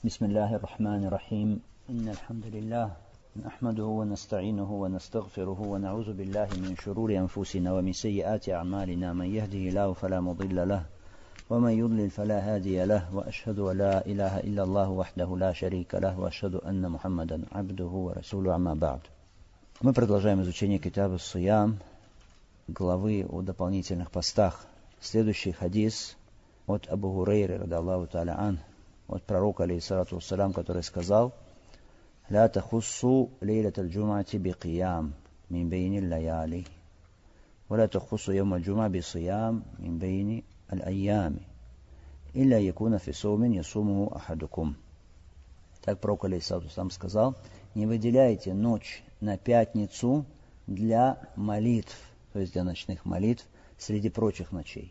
بسم الله الرحمن الرحيم إن الحمد لله نحمده ونستعينه ونستغفره ونعوذ بالله من شرور أنفسنا ومن سيئات أعمالنا من يهده الله فلا مضل له ومن يضلل فلا هادي له وأشهد أن لا إله إلا الله وحده لا شريك له وأشهد أن محمدا عبده ورسوله أما بعد. Мы продолжаем изучение китаба ас-Сиям, главы о дополнительных постах. Следующий хадис от Абу Хурайры, радаллаху та'аля ан, от пророка, алейхиссалату вассалям, который сказал: «Ла тахуссу лейлат аль-джумати би-қиям мин бейни аль-лаяли, ва ла тахуссу йом аль-джума би-сиям мин бейни аль-айями, илля якуна фи саумин ясумуху ахадукум». Так пророк, алейхиссалату вассалям, сказал: не выделяйте ночь на пятницу для молитв, то есть для ночных молитв, среди прочих ночей.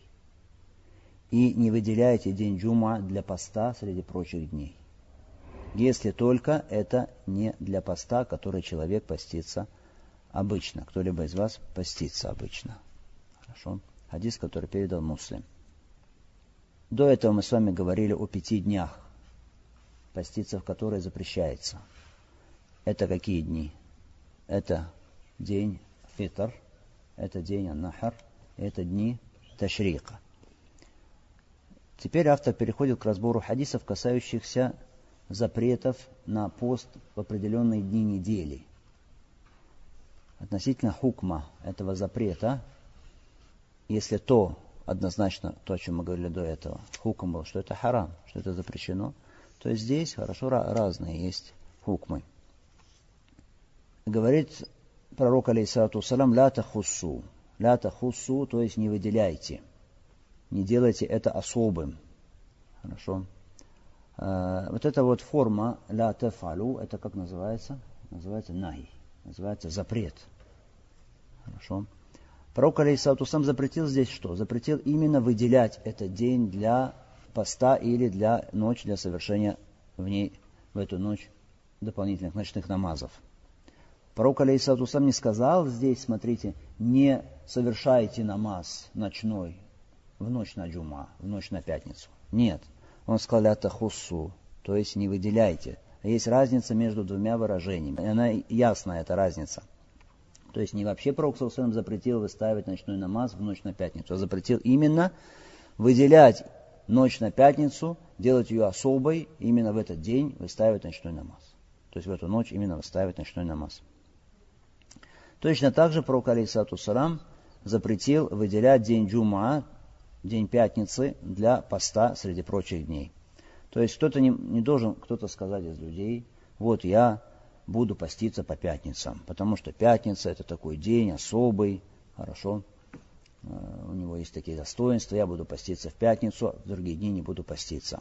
И не выделяйте день джума для поста среди прочих дней. Если только это не для поста, который человек постится обычно. Кто-либо из вас постится обычно. Хорошо. Хадис, который передал Муслим. До этого мы с вами говорили о 5 днях, поститься в которые запрещается. Это какие дни? Это день фитр, это день ан-нахр, это дни ташрика. Теперь автор переходит к разбору хадисов, касающихся запретов на пост в определенные дни недели. Относительно хукма этого запрета, если то, однозначно то, о чем мы говорили до этого, хукм был, что это харам, что это запрещено, то здесь хорошо разные есть хукмы. Говорит пророк, алейхиссалату вассалям: ля тахуссу, то есть не выделяйте. Не делайте это особым. Хорошо. Вот эта вот форма ля тафалу, это как называется? Называется нахи. Называется запрет. Хорошо. Пророк, алейхиссалату вассалям, запретил здесь что? Запретил именно выделять этот день для поста или для ночи, для совершения в ней, в эту ночь, дополнительных ночных намазов. Пророк, алейхиссалату вассалям, не сказал здесь, смотрите, не совершайте намаз ночной в ночь на джума, в ночь на пятницу. Нет. Он сказал: ля тахуссу, то есть не выделяйте. Есть разница между двумя выражениями. И она ясная, эта разница. То есть не вообще пророк саллаллаху алейхи ва саллям запретил выставить ночной намаз в ночь на пятницу, а запретил именно выделять ночь на пятницу, делать ее особой, именно в этот день выставить ночной намаз. То есть в эту ночь именно выставить ночной намаз. Точно так же пророк, алейхиссалату вассалям, запретил выделять день джумаа, день пятницы, для поста среди прочих дней. То есть кто-то не должен, кто-то сказать из людей: вот я буду поститься по пятницам, потому что пятница это такой день особый, хорошо, у него есть такие достоинства, я буду поститься в пятницу, а в другие дни не буду поститься.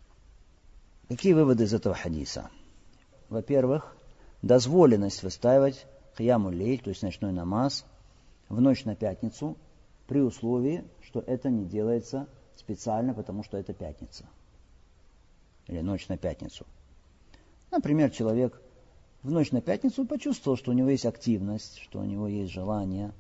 Какие выводы из этого хадиса? Во-первых, дозволенность выстаивать киямуль лейль, то есть ночной намаз, в ночь на пятницу, при условии, что это не делается специально, потому что это пятница. Или ночь на пятницу. Например, человек в ночь на пятницу почувствовал, что у него есть активность, что у него есть желание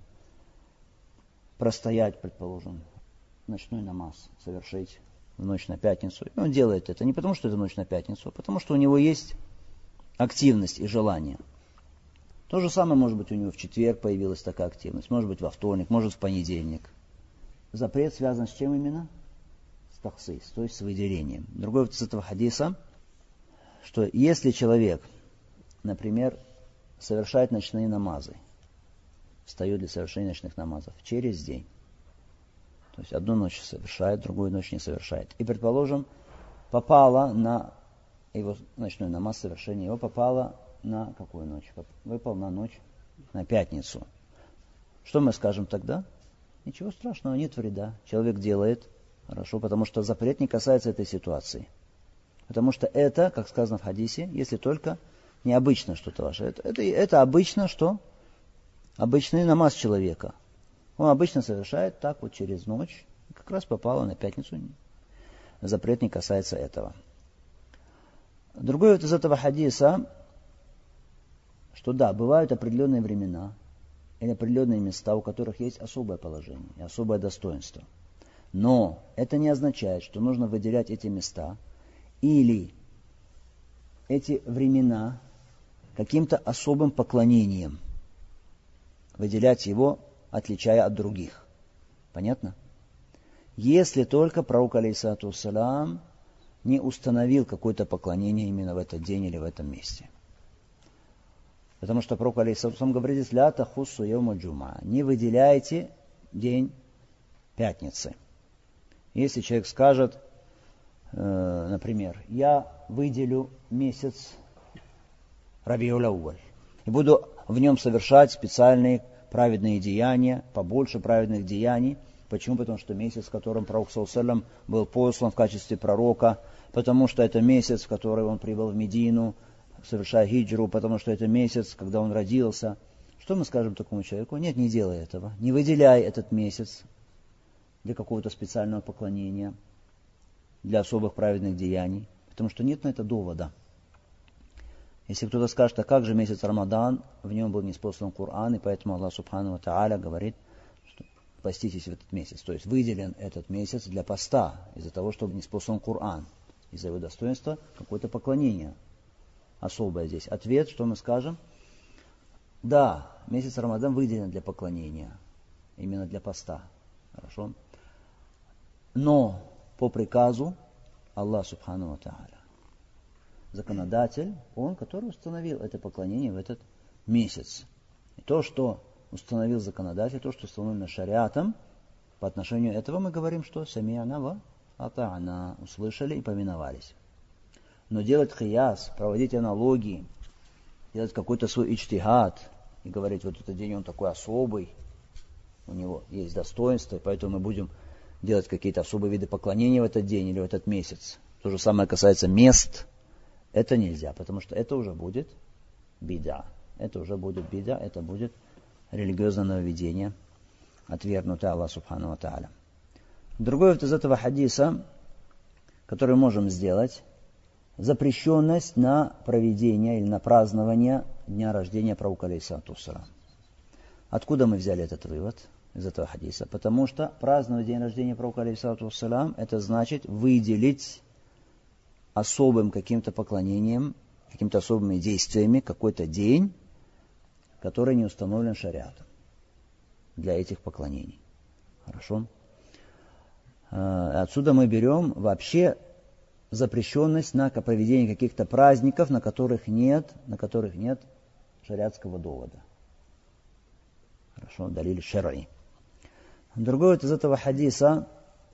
простоять, предположим, ночной намаз совершить в ночь на пятницу. И он делает это не потому, что это ночь на пятницу, а потому, что у него есть активность и желание. То же самое, может быть, у него в четверг появилась такая активность, может быть, во вторник, может, в понедельник. Запрет связан с чем именно? С тахсис, то есть с выделением. Другой вот из этого хадиса, что если человек, например, совершает ночные намазы, встает для совершения ночных намазов через день, то есть одну ночь совершает, другую ночь не совершает, и, предположим, попало на его ночной намаз, совершение его попало на какую ночь? Выпал на ночь, на пятницу. Что мы скажем тогда? Ничего страшного, нет вреда. Человек делает хорошо, потому что запрет не касается этой ситуации. Потому что это, как сказано в хадисе, если только необычно что-то ваше. Это обычно что? Обычный намаз человека. Он обычно совершает так вот через ночь. Как раз попало на пятницу. Запрет не касается этого. Другой вот из этого хадиса, что да, бывают определенные времена или определенные места, у которых есть особое положение и особое достоинство. Но это не означает, что нужно выделять эти места или эти времена каким-то особым поклонением, выделять его, отличая от других. Понятно? Если только пророк, алейхиссалату вассалям, не установил какое-то поклонение именно в этот день или в этом месте. Потому что пророк, алейхиссалату вассалям, говорит: «Ля тахуссу йаума джумаа», не выделяйте день пятницы. Если человек скажет, например, я выделю месяц Рабиуль Ауаль и буду в нем совершать специальные праведные деяния, побольше праведных деяний. Почему? Потому что месяц, в котором пророк саллаллаху алейхи ва саллям был послан в качестве пророка, потому что это месяц, в который он прибыл в Медину, совершая хиджру, потому что это месяц, когда он родился. Что мы скажем такому человеку? Нет, не делай этого. Не выделяй этот месяц для какого-то специального поклонения, для особых праведных деяний, потому что нет на это довода. Если кто-то скажет, а как же месяц Рамадан, в нем был ниспослан Коран, и поэтому Аллах Субхану ва Тааля говорит, что поститесь в этот месяц. То есть выделен этот месяц для поста, из-за того, чтобы ниспослан Коран, из-за его достоинства какое-то поклонение особое здесь. Ответ, что мы скажем? Да, месяц Рамадан выделен для поклонения, именно для поста. Хорошо? Но по приказу Аллах Субхану ва Тааля, законодатель, он, который установил это поклонение в этот месяц. И то, что установил законодатель, то, что установлено шариатом, по отношению этого мы говорим, что сами'на ва ата'на, услышали и повиновались. Но делать хияс, проводить аналогии, делать какой-то свой иджтихад и говорить, вот этот день он такой особый, у него есть достоинство, и поэтому мы будем делать какие-то особые виды поклонения в этот день или в этот месяц. То же самое касается мест. Это нельзя, потому что это уже будет бида. Это уже будет бида, это будет религиозное нововведение, отвергнутое Аллах Субхану ва Тааля. Другой вот из этого хадиса, который можем сделать, запрещенность на проведение или на празднование дня рождения пророка, алейхиссалату вассалям. Откуда мы взяли этот вывод из этого хадиса? Потому что праздновать день рождения пророка, алейхиссалату вассалям, это значит выделить особым каким-то поклонением, какими-то особыми действиями какой-то день, который не установлен шариатом для этих поклонений. Хорошо? Отсюда мы берем вообще запрещенность на проведение каких-то праздников, на которых нет шариатского довода. Хорошо, далиль шар'и. Другой вот из этого хадиса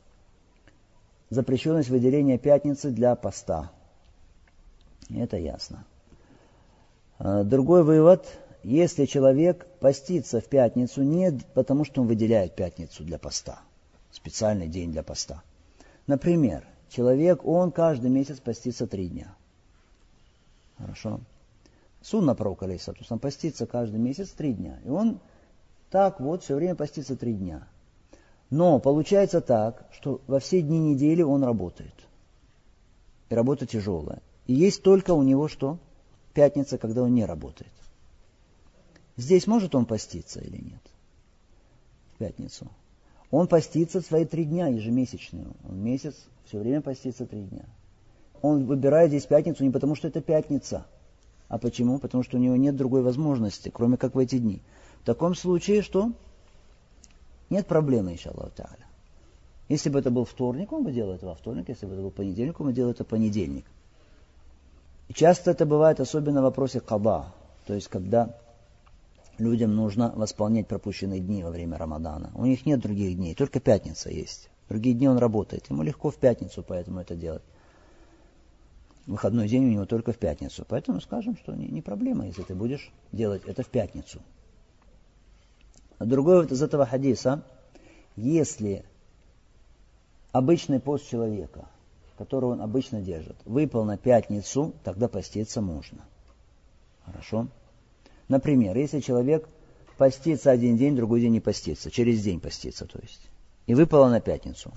запрещенность выделения пятницы для поста. Это ясно. Другой вывод, если человек постится в пятницу не потому, что он выделяет пятницу для поста, специальный день для поста. Например, человек, он каждый месяц постится 3 дня. Хорошо. Сунна пророка, алейхиссалату вассалям, постится каждый месяц 3 дня. И он так вот все время постится 3 дня. Но получается так, что во все дни недели он работает. И работа тяжелая. И есть только у него что? Пятница, когда он не работает. Здесь может он поститься или нет? В пятницу. Он постится свои 3 дня ежемесячные. Он месяц все время постится 3 дня. Он выбирает здесь пятницу не потому, что это пятница. А почему? Потому что у него нет другой возможности, кроме как в эти дни. В таком случае что? Нет проблемы, иншаллаху та'аля. Если бы это был вторник, он бы делал это во вторник. Если бы это был понедельник, он бы делал это в понедельник. И часто это бывает, особенно в вопросе када. То есть, когда людям нужно восполнять пропущенные дни во время Рамадана. У них нет других дней, только пятница есть. Другие дни он работает. Ему легко в пятницу поэтому это делать. Выходной день у него только в пятницу. Поэтому скажем, что не проблема, если ты будешь делать это в пятницу. А другой вот из этого хадиса, если обычный пост человека, который он обычно держит, выпал на пятницу, тогда поститься можно. Хорошо? Например, если человек постится один день, другой день не постится, через день постится, то есть, и выпало на пятницу.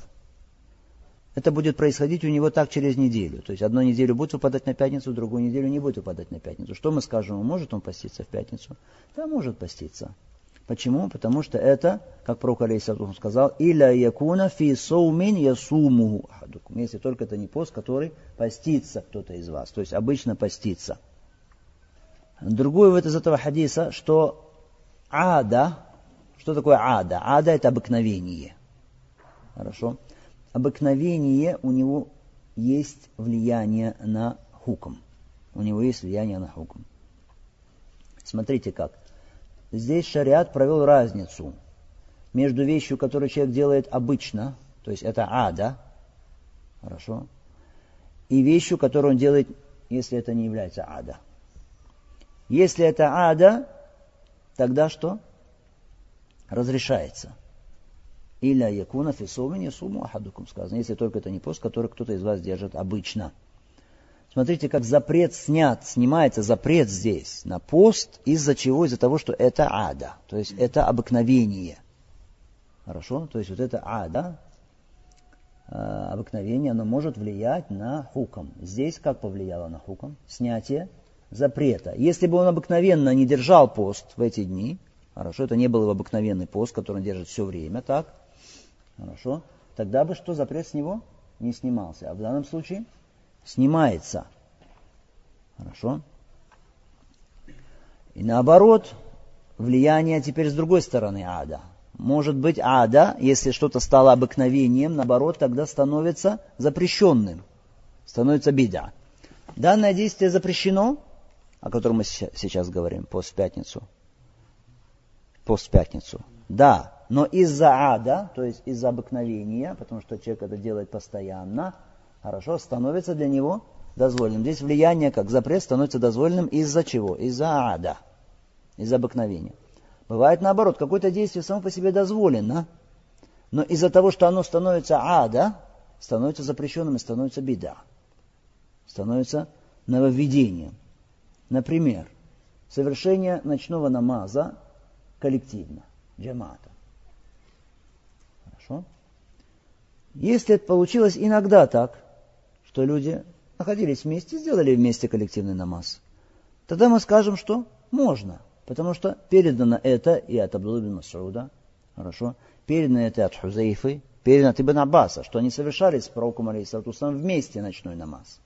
Это будет происходить у него так через неделю. То есть, одну неделю будет выпадать на пятницу, другую неделю не будет выпадать на пятницу. Что мы скажем? Может он поститься в пятницу? Да, может поститься. Почему? Потому что это, как пророк алейхиссалату сказал, «Илля якуна фи соумин ясумуху ахадукум». Если только это не пост, который постится кто-то из вас. То есть обычно постится. Другой вывод из этого хадиса, что ада, что такое ада? Ада это обыкновение. Хорошо? Обыкновение у него есть влияние на хукм. У него есть влияние на хукм. Смотрите как. Здесь шариат провел разницу между вещью, которую человек делает обычно, то есть это ада, хорошо, и вещью, которую он делает, если это не является ада. Если это ада, тогда что? Разрешается. Илля якуна фи соумин ясуму ахадукум сказано, если только это не пост, который кто-то из вас держит обычно. Смотрите, как запрет снимается запрет здесь на пост, из-за чего? Из-за того, что это ада, то есть это обыкновение. Хорошо? То есть вот это ада, обыкновение, оно может влиять на хукм. Здесь как повлияло на хукм? Снятие запрета. Если бы он обыкновенно не держал пост в эти дни, хорошо, это не был его обыкновенный пост, который он держит все время, так? Хорошо? Тогда бы что, запрет с него не снимался. А в данном случае снимается. Хорошо? И наоборот, влияние теперь с другой стороны ада. Может быть ада, если что-то стало обыкновением, наоборот, тогда становится запрещенным. Становится бида. Данное действие запрещено, о котором мы сейчас говорим, пост в пятницу. Пост в пятницу. Да, но из-за ада, то есть из-за обыкновения, потому что человек это делает постоянно, хорошо, становится для него дозволенным. Здесь влияние, как запрет, становится дозволенным из-за чего? Из-за ада, из-за обыкновения. Бывает наоборот, какое-то действие само по себе дозволено, но из-за того, что оно становится ада, становится запрещенным и становится бида. Становится нововведением. Например, совершение ночного намаза коллективно, джамаата. Хорошо? Если это получилось иногда так, что люди находились вместе, сделали вместе коллективный намаз, тогда мы скажем, что можно, потому что передано это и от Абдулла ибн Мас'уда, хорошо, передано это от Хузейфы, передано от Ибн Аббаса, что они совершали с пророком алейхиссалату вассалам вместе ночной намаз.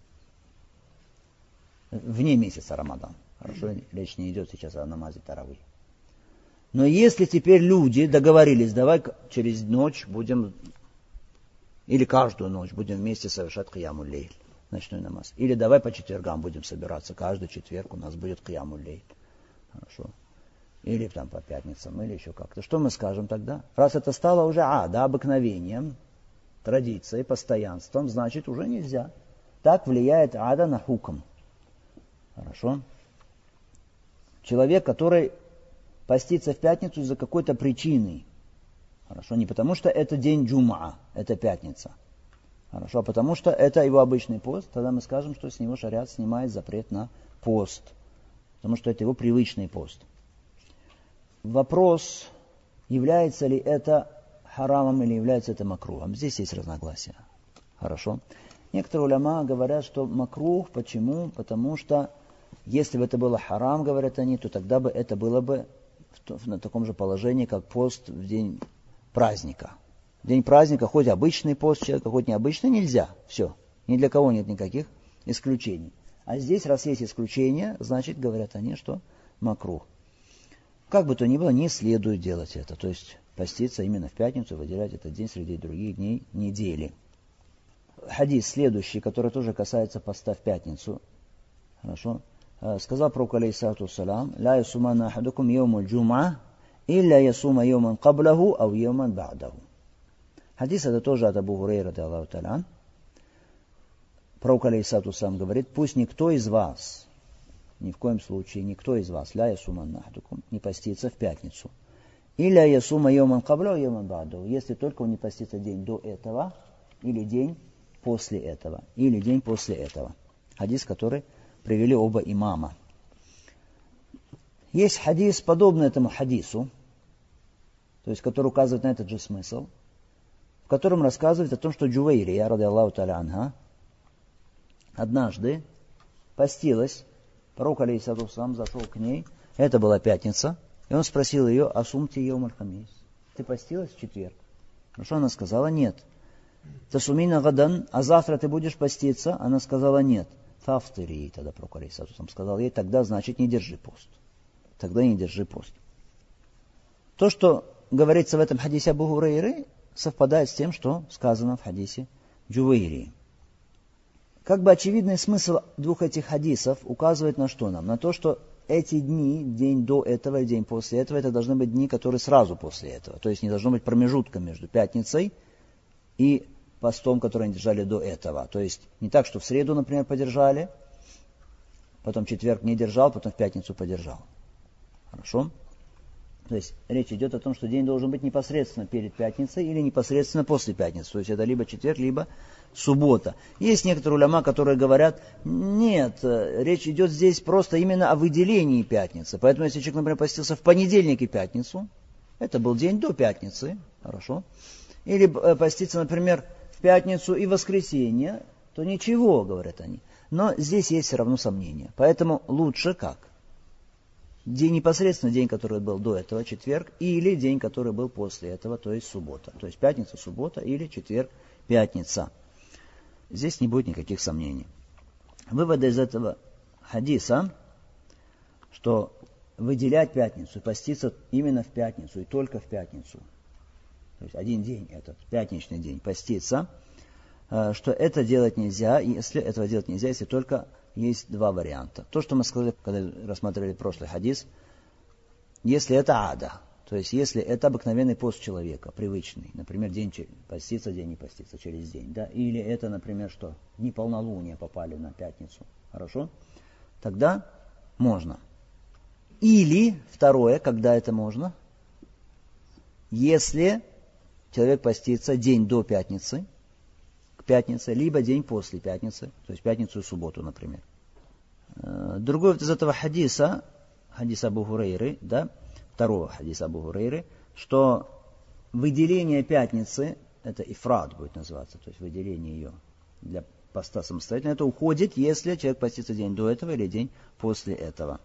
Вне месяца Рамадан. Хорошо, речь не идет сейчас о намазе таравih. Но если теперь люди договорились, давай через ночь будем, или каждую ночь будем вместе совершать киямуль лейль, ночной намаз. Или давай по четвергам будем собираться, каждый четверг у нас будет киямуль лейль. Хорошо. Или там по пятницам, или еще как-то. Что мы скажем тогда? Раз это стало уже обыкновением, традицией, постоянством, значит уже нельзя. Так влияет ада на хукм. Хорошо. Человек, который постится в пятницу из-за какой-то причины. Хорошо. Не потому, что это день джум'a, это пятница. Хорошо. А потому, что это его обычный пост. Тогда мы скажем, что с него шариат снимает запрет на пост. Потому что это его привычный пост. Вопрос, является ли это харамом или является это макрухом. Здесь есть разногласия. Хорошо. Некоторые уляма говорят, что макрух. Почему? Потому что если бы это было харам, говорят они, то тогда бы это было бы на таком же положении, как пост в день праздника. В день праздника хоть обычный пост человека, хоть необычный, нельзя. Все. Ни для кого нет никаких исключений. А здесь, раз есть исключения, значит, говорят они, что макрух. Как бы то ни было, не следует делать это. То есть поститься именно в пятницу, выделять этот день среди других дней недели. Хадис следующий, который тоже касается поста в пятницу. Хорошо. Сказал пророк алейхиссалату вассалам: «Ла ясуманна ахадукум йомуль джум'a, илля ясума йоман каблаху, ау йоман ба'даху». Хадис это тоже от Абу Хурейра, радиаллаху та'аля. Пророк алейхиссалату вассалам говорит: пусть никто из вас, ни в коем случае никто из вас, ла ясуманна ахадукум, не постится в пятницу. Илля ясума йоман каблаху, йоман ба'даху. Если только он не постится день до этого, или день после этого, или день после этого. Хадис, который привели оба имама. Есть хадис, подобный этому хадису, то есть который указывает на этот же смысл, в котором рассказывает о том, что Джувайрия, радиаллаху та'аля анха, однажды постилась, пророк алейхиссалату вассалам зашел к ней, это была пятница, И он спросил ее: «Асумти йом аль-хамис?» Ты постилась в четверг? Хорошо, она сказала: «Нет». «Тасумина гадан?» А завтра ты будешь поститься? Она сказала: «Нет». «Фафтири», тогда пророк алейхиссалям сказал ей: «Тогда, значит, не держи пост». Тогда не держи пост. То, что говорится в этом хадисе Абу Хурайры, совпадает с тем, что сказано в хадисе Джувайри. Как бы очевидный смысл двух этих хадисов указывает на что нам? На то, что эти дни, день до этого и день после этого, это должны быть дни, которые сразу после этого. То есть не должно быть промежутка между пятницей и постом, который они держали до этого. То есть не так, что в среду, например, подержали, потом в четверг не держал, потом в пятницу подержал. Хорошо? То есть речь идет о том, что день должен быть непосредственно перед пятницей или непосредственно после пятницы. То есть это либо четверг, либо суббота. Есть некоторые уляма, которые говорят: нет, речь идет здесь просто именно о выделении пятницы. Поэтому если человек, например, постился в понедельник и пятницу, это был день до пятницы, хорошо? Или поститься, например, в пятницу и воскресенье, то ничего, говорят они. Но здесь есть все равно сомнения. Поэтому лучше как? День непосредственно, день, который был до этого, четверг, или день, который был после этого, то есть суббота. То есть пятница, суббота или четверг, пятница. Здесь не будет никаких сомнений. Выводы из этого хадиса, что выделять пятницу и поститься именно в пятницу и только в пятницу, то есть один день, этот пятничный день, поститься, что это делать нельзя, если этого делать нельзя, если только есть два варианта. То, что мы сказали, когда рассматривали прошлый хадис, если это ада, то есть если это обыкновенный пост человека, привычный, например, день поститься, день не поститься, через день, да, или это, например, что дни полнолуния попали на пятницу, хорошо, тогда можно. Или второе, когда это можно, если человек постится день до пятницы, пятницы, либо день после пятницы, то есть пятницу и субботу, например. Другой из этого хадиса, хадис Абу Хурайры, да, второго хадиса Абу Хурайры, что выделение пятницы, это ифрад будет называться, то есть выделение ее для поста самостоятельно, это уходит, если человек постится день до этого или день после этого.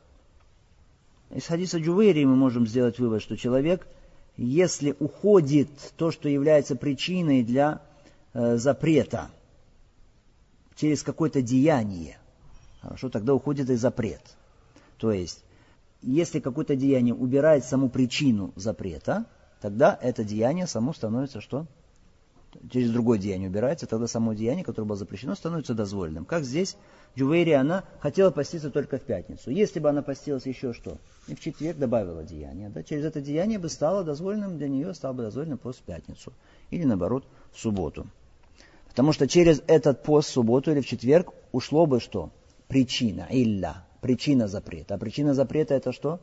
Из хадиса Джувайри мы можем сделать вывод, что человек, если уходит то, что является причиной для запрета через какое-то деяние, хорошо, тогда уходит и запрет. То есть, если какое-то деяние убирает саму причину запрета, тогда это деяние само становится что? Через другое деяние убирается, тогда само деяние, которое было запрещено, становится дозволенным. Как здесь Джувайри, она хотела поститься только в пятницу. Если бы она постилась еще что? И в четверг добавила деяние. Да? Через это деяние бы стало дозволенным для нее, стало бы дозволенным пост в пятницу. Или наоборот, в субботу. Потому что через этот пост в субботу или в четверг ушло бы что? Причина, илля, причина запрета. А причина запрета это что?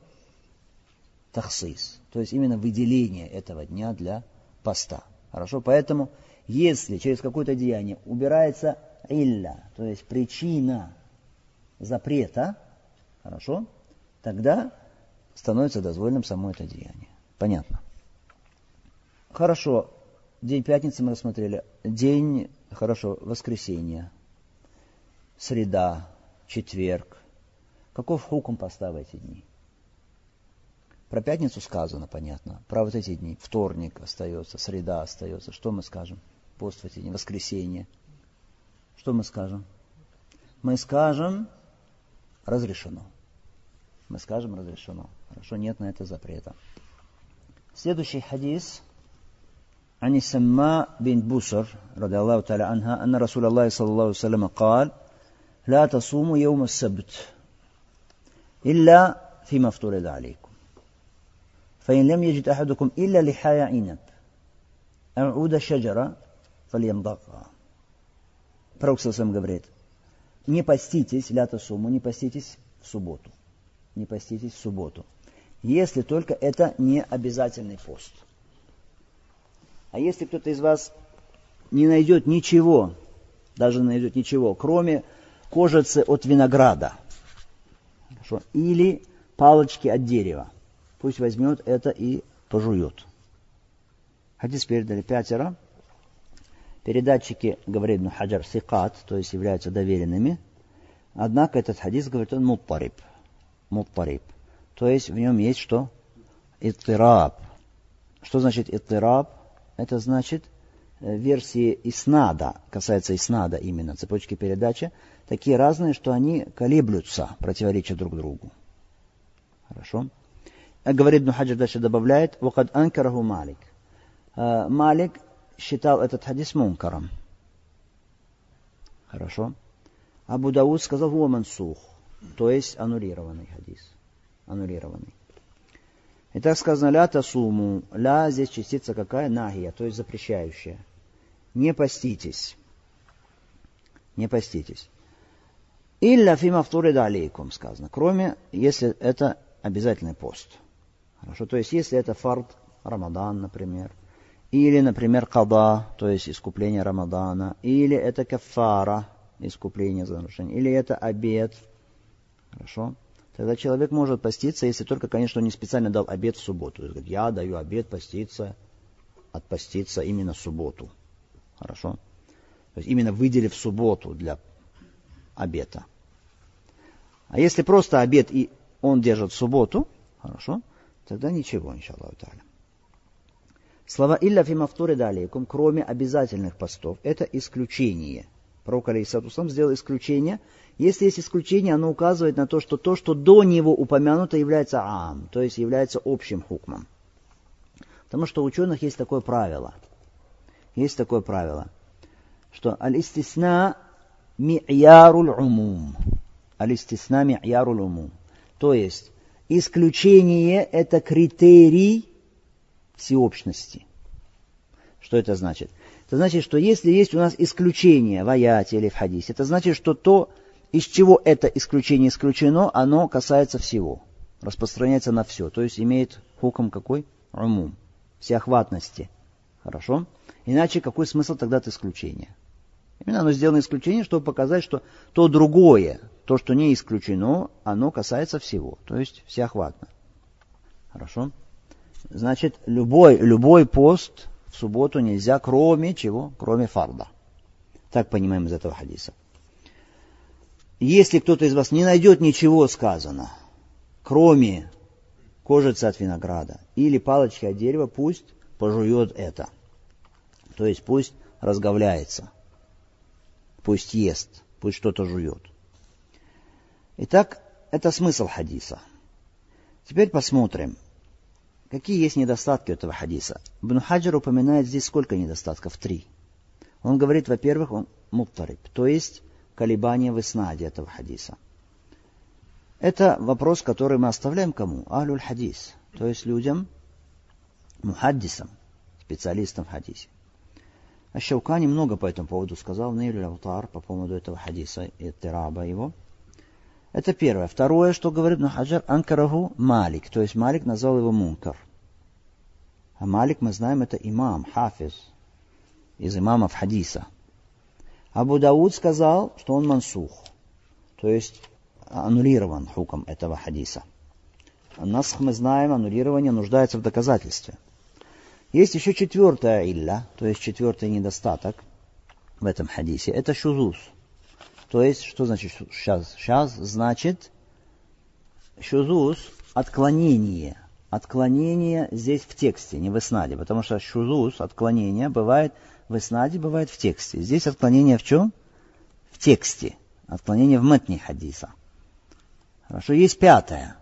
Тахсис. То есть именно выделение этого дня для поста. Хорошо? Поэтому, если через какое-то деяние убирается илля, то есть причина запрета, хорошо, тогда становится дозволенным само это деяние. Понятно? Хорошо. День пятницы мы рассмотрели. День, хорошо, воскресенье, среда, четверг. Каков хукм поста в эти дни? Про пятницу сказано, понятно. Про вот эти дни. Вторник остается, среда остается. Что мы скажем? Пост в эти дни, воскресенье. Что мы скажем? Мы скажем разрешено. Мы скажем разрешено. Хорошо, нет на это запрета. Следующий хадис. عن السماء بن بوسر رضي الله تعالى عنها أن رسول الله صلى الله عليه وسلم قال لا تصوموا يوم السبت إلا فيما افترض عليكم فإن لم يجد أحدكم إلا لحايا عنب أو عود شجرة فليمضغها. Пророк ﷺ говорит: не поститесь, ля тасуму, не поститесь в субботу. Не поститесь в субботу. Если только это не обязательный пост. А если кто-то из вас не найдет ничего, даже не найдет ничего, кроме кожицы от винограда, хорошо, или палочки от дерева, пусть возьмет это и пожует. Хадис передали 5. Передатчики, говорит Ибн Хаджар, сикат, то есть являются доверенными. Однако этот хадис, говорит он, муттариб. То есть в нем есть что? иттираб. Что значит иттираб? Это значит версии иснада, касается иснада именно, цепочки передачи, такие разные, что они колеблются, противоречат друг другу. Хорошо? Говорит Ибн Хаджар, дальше добавляет, «Вакад анкараху Малик». Малик считал этот хадис мункаром. Хорошо? Абу Дауд сказал, «Хуа мансух», то есть аннулированный хадис. Аннулированный. И так сказано, «Ля тасуму». «Ля» здесь частица какая? Нахия, то есть запрещающая. Не поститесь. Не поститесь. «Илля фи мафтурида алейкум» сказано, кроме, если это обязательный пост. Хорошо, то есть, если это фард, Рамадан, например, или, например, када, то есть искупление Рамадана, или это кафара, искупление за нарушение, или это обет. Хорошо? Тогда человек может поститься, если только, конечно, он не специально дал обет в субботу. То есть, говорит, я даю обет поститься, отпоститься именно в субботу. Хорошо? То есть, именно выделив субботу для обета. А если просто обет и он держит в субботу, хорошо, тогда ничего, иншаллаху та'аля. Слова «илля фи мафтурида алейкум», кроме обязательных постов, это исключение. Пророк алейхиссалату вассалам сделал исключение. Если есть исключение, оно указывает на то, что до него упомянуто, является аам, то есть является общим хукмом. Потому что у ученых есть такое правило. Есть такое правило, что аль-истисна ми'яруль умум. Аль-истисна ми'яруль умум. То есть исключение – это критерий всеобщности. Что это значит? Это значит, что если есть у нас исключение в аяте или в хадисе, это значит, что то, из чего это исключение исключено, оно касается всего, распространяется на все. То есть имеет хукм какой? Умум, всеохватности. Хорошо? Иначе какой смысл тогда от исключения? Именно оно сделано исключение, чтобы показать, что то другое, то, что не исключено, оно касается всего. То есть всеохватно. Хорошо? Значит, любой пост в субботу нельзя, кроме чего? Кроме фарда. Так понимаем из этого хадиса. Если кто-то из вас не найдет ничего сказано, кроме кожицы от винограда или палочки от дерева, пусть пожует это. То есть пусть разговляется. Пусть ест, пусть что-то жует. Итак, это смысл хадиса. Теперь посмотрим, какие есть недостатки этого хадиса. Ибн Хаджар упоминает здесь сколько недостатков? 3. Он говорит, во-первых, он муттариб, то есть колебания в иснаде этого хадиса. Это вопрос, который мы оставляем кому? Ахлюль хадис, то есть людям, мухаддисам, специалистам в хадисе. Аш-Шаукани много по этому поводу сказал, Нейль аль-Аутар, по поводу этого хадиса и иттираба его. Это первое. Второе, что говорит Ибн Хаджар, анкараху Малик, то есть Малик назвал его мункар. А Малик, мы знаем, это имам, хафиз, из имамов хадиса. Абу Дауд сказал, что он мансух, то есть аннулирован хуком этого хадиса. Насх, мы знаем, аннулирование нуждается в доказательстве. Есть еще 4-я илля, то есть 4-й недостаток в этом хадисе. Это шузуз. То есть, что значит шаз? Шаз значит шузуз – отклонение. Отклонение здесь в тексте, не в иснаде. Потому что шузуз, отклонение, бывает в иснаде, бывает в тексте. Здесь отклонение в чем? В тексте. Отклонение в матне хадиса. Хорошо, есть 5-е.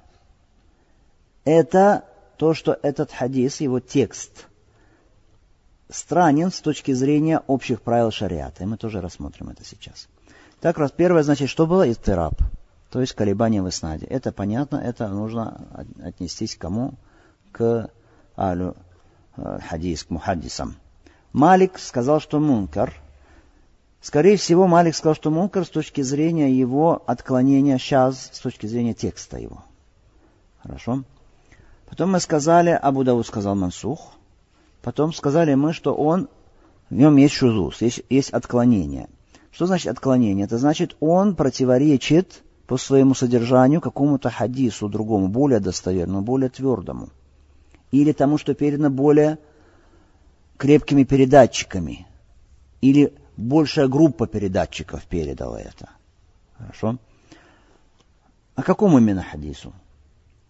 Это то, что этот хадис, его текст, странен с точки зрения общих правил шариата. И мы тоже рассмотрим это сейчас. Так, раз первое, значит, что было? Иттираб, то есть колебание в иснаде. Это понятно, это нужно отнестись к кому? К алю хадис, к мухаддисам. Малик сказал, что мункар. Скорее всего, Малик сказал, что мункар с точки зрения его отклонения шаз, с точки зрения текста его. Хорошо? Потом мы сказали, Абу Дауд сказал мансух. Потом сказали мы, что в нем есть шузуз, есть отклонение. Что значит отклонение? Это значит, он противоречит по своему содержанию какому-то хадису другому, более достоверному, более твердому. Или тому, что передано более крепкими передатчиками. Или большая группа передатчиков передала это. Хорошо? А какому именно хадису?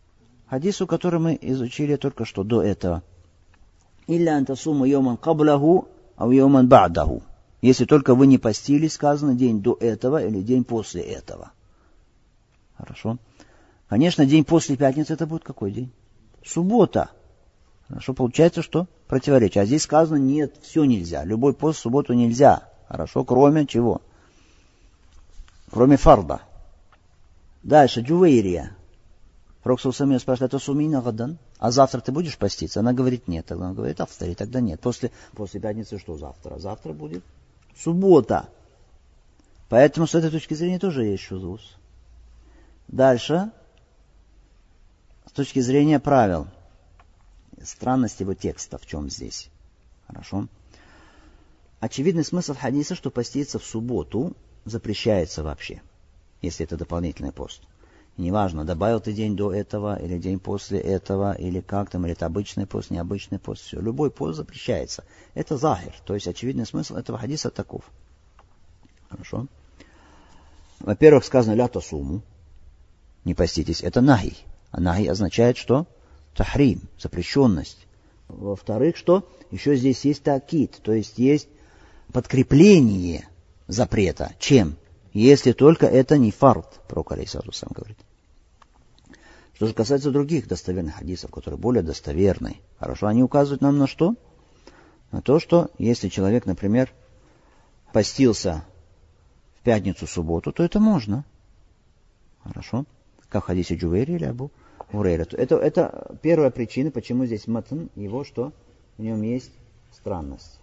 Хадису, который мы изучили только что, до этого. «Илля антасуму йоман каблаху, ау йоман ба'даху». Если только вы не постились, сказано, день до этого или день после этого. Хорошо. Конечно, день после пятницы это будет какой день? Суббота. Хорошо, получается, что противоречие. А здесь сказано, нет, все нельзя. Любой пост в субботу нельзя. Хорошо, кроме чего? Кроме фарда. Дальше, Джувейрия. Пророк саллаллаху спрашивает, это сумина гадан? А завтра ты будешь поститься? Она говорит, нет. Тогда он говорит, авторе, тогда нет. После пятницы что завтра? Завтра будет суббота. Поэтому с этой точки зрения тоже есть шузуз. Дальше, с точки зрения правил. Странность его текста в чем здесь. Хорошо. Очевидный смысл хадиса, что поститься в субботу запрещается вообще, если это дополнительный пост. И неважно, добавил ты день до этого, или день после этого, или как там, или это обычный пост, необычный пост, все. Любой пост запрещается. Это захир, то есть очевидный смысл этого хадиса таков. Хорошо. Во-первых, сказано ля тасуму, не поститесь, это нахи. А нахи означает что? Тахрим, запрещенность. Во-вторых, что? Еще здесь есть таакид, то есть есть подкрепление запрета. Чем? Если только это не фард, пророк алейхиссалату вассалям говорит. Что же касается других достоверных хадисов, которые более достоверны, хорошо, они указывают нам на что? На то, что если человек, например, постился в пятницу, субботу, то это можно. Хорошо? Как в хадисе Джувейри или Абу Хурейра. Это первая причина, почему здесь матн, его что? В нем есть странность.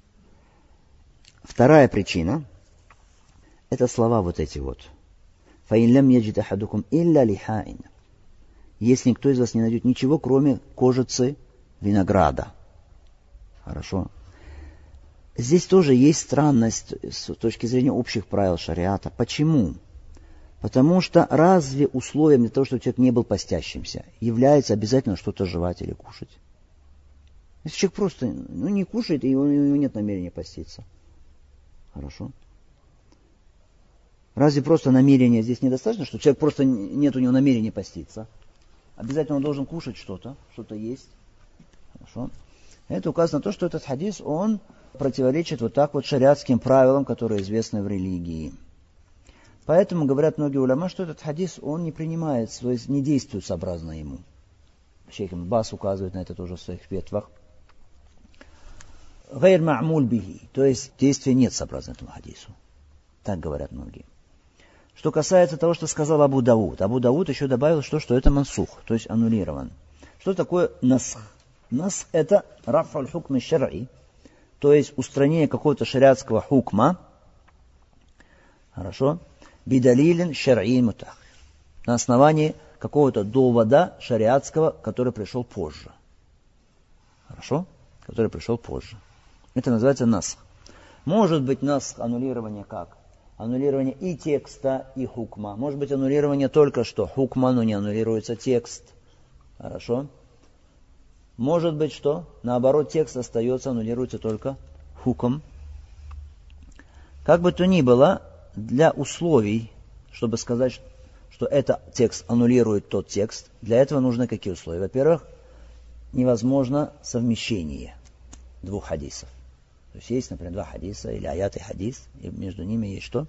Вторая причина, это слова вот эти вот. فَإِنْ لَمْ يَجِدْ أَحَدُكُمْ إِلَّا لِحَائِنَ. Если никто из вас не найдет ничего, кроме кожицы винограда. Хорошо. Здесь тоже есть странность с точки зрения общих правил шариата. Почему? Потому что разве условием для того, чтобы человек не был постящимся, является обязательно что-то жевать или кушать? Если человек просто не кушает, и у него нет намерения поститься. Хорошо. Разве просто намерения здесь недостаточно, что человек просто нет у него намерения поститься? Обязательно он должен кушать что-то есть. Хорошо. Это указано на то, что этот хадис, он противоречит вот так вот шариатским правилам, которые известны в религии. Поэтому говорят многие уляма, что этот хадис, он не принимает, то есть не действует сообразно ему. Шейх Ибн Баз указывает на это тоже в своих фетвах. Гайр ма'муль бихи, то есть действия нет сообразно этому хадису. Так говорят многие. Что касается того, что сказал Абу Дауд. Абу Дауд еще добавил, что это мансух, то есть аннулирован. Что такое насх? Насх это раф аль-хукм шар'и, то есть устранение какого-то шариатского хукма, хорошо, бидалилин шар'и мутахир, на основании какого-то довода шариатского, который пришел позже. Хорошо? Который пришел позже. Это называется насх. Может быть насх, аннулирование как? Аннулирование и текста, и хукма. Может быть аннулирование только что хукма, но не аннулируется текст. Хорошо? Может быть что? Наоборот, текст остается, аннулируется только хукм. Как бы то ни было, для условий, чтобы сказать, что этот текст аннулирует тот текст, для этого нужны какие условия? Во-первых, невозможно совмещение двух хадисов. То есть есть, например, два хадиса, или аят и хадис, и между ними есть что?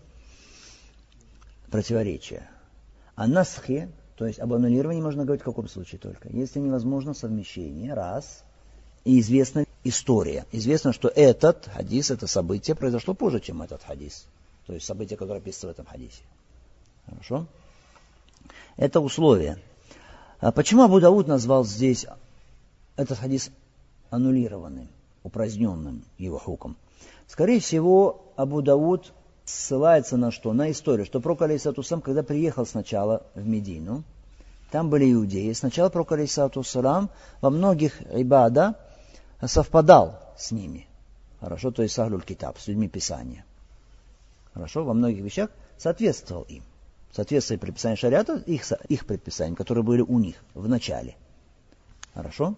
Противоречие. О насхе, то есть об аннулировании можно говорить в каком случае только? Если невозможно совмещение, раз, и известна история. Известно, что этот хадис, это событие произошло позже, чем этот хадис. То есть событие, которое описывается в этом хадисе. Хорошо? Это условие. А почему Абу Дауд назвал здесь этот хадис аннулированным, упраздненным его хуком? Скорее всего, Абу Дауд ссылается на что? На историю, что пророк алейхиссалату вассалям, когда приехал сначала в Медину, там были иудеи. Сначала пророк алейхиссалату вассалям во многих ибада совпадал с ними. Хорошо, то есть с ахлюль китаб, с людьми Писания. Хорошо, во многих вещах соответствовал им. Соответствие предписаниям шариата их предписаниям, которые были у них в начале. Хорошо?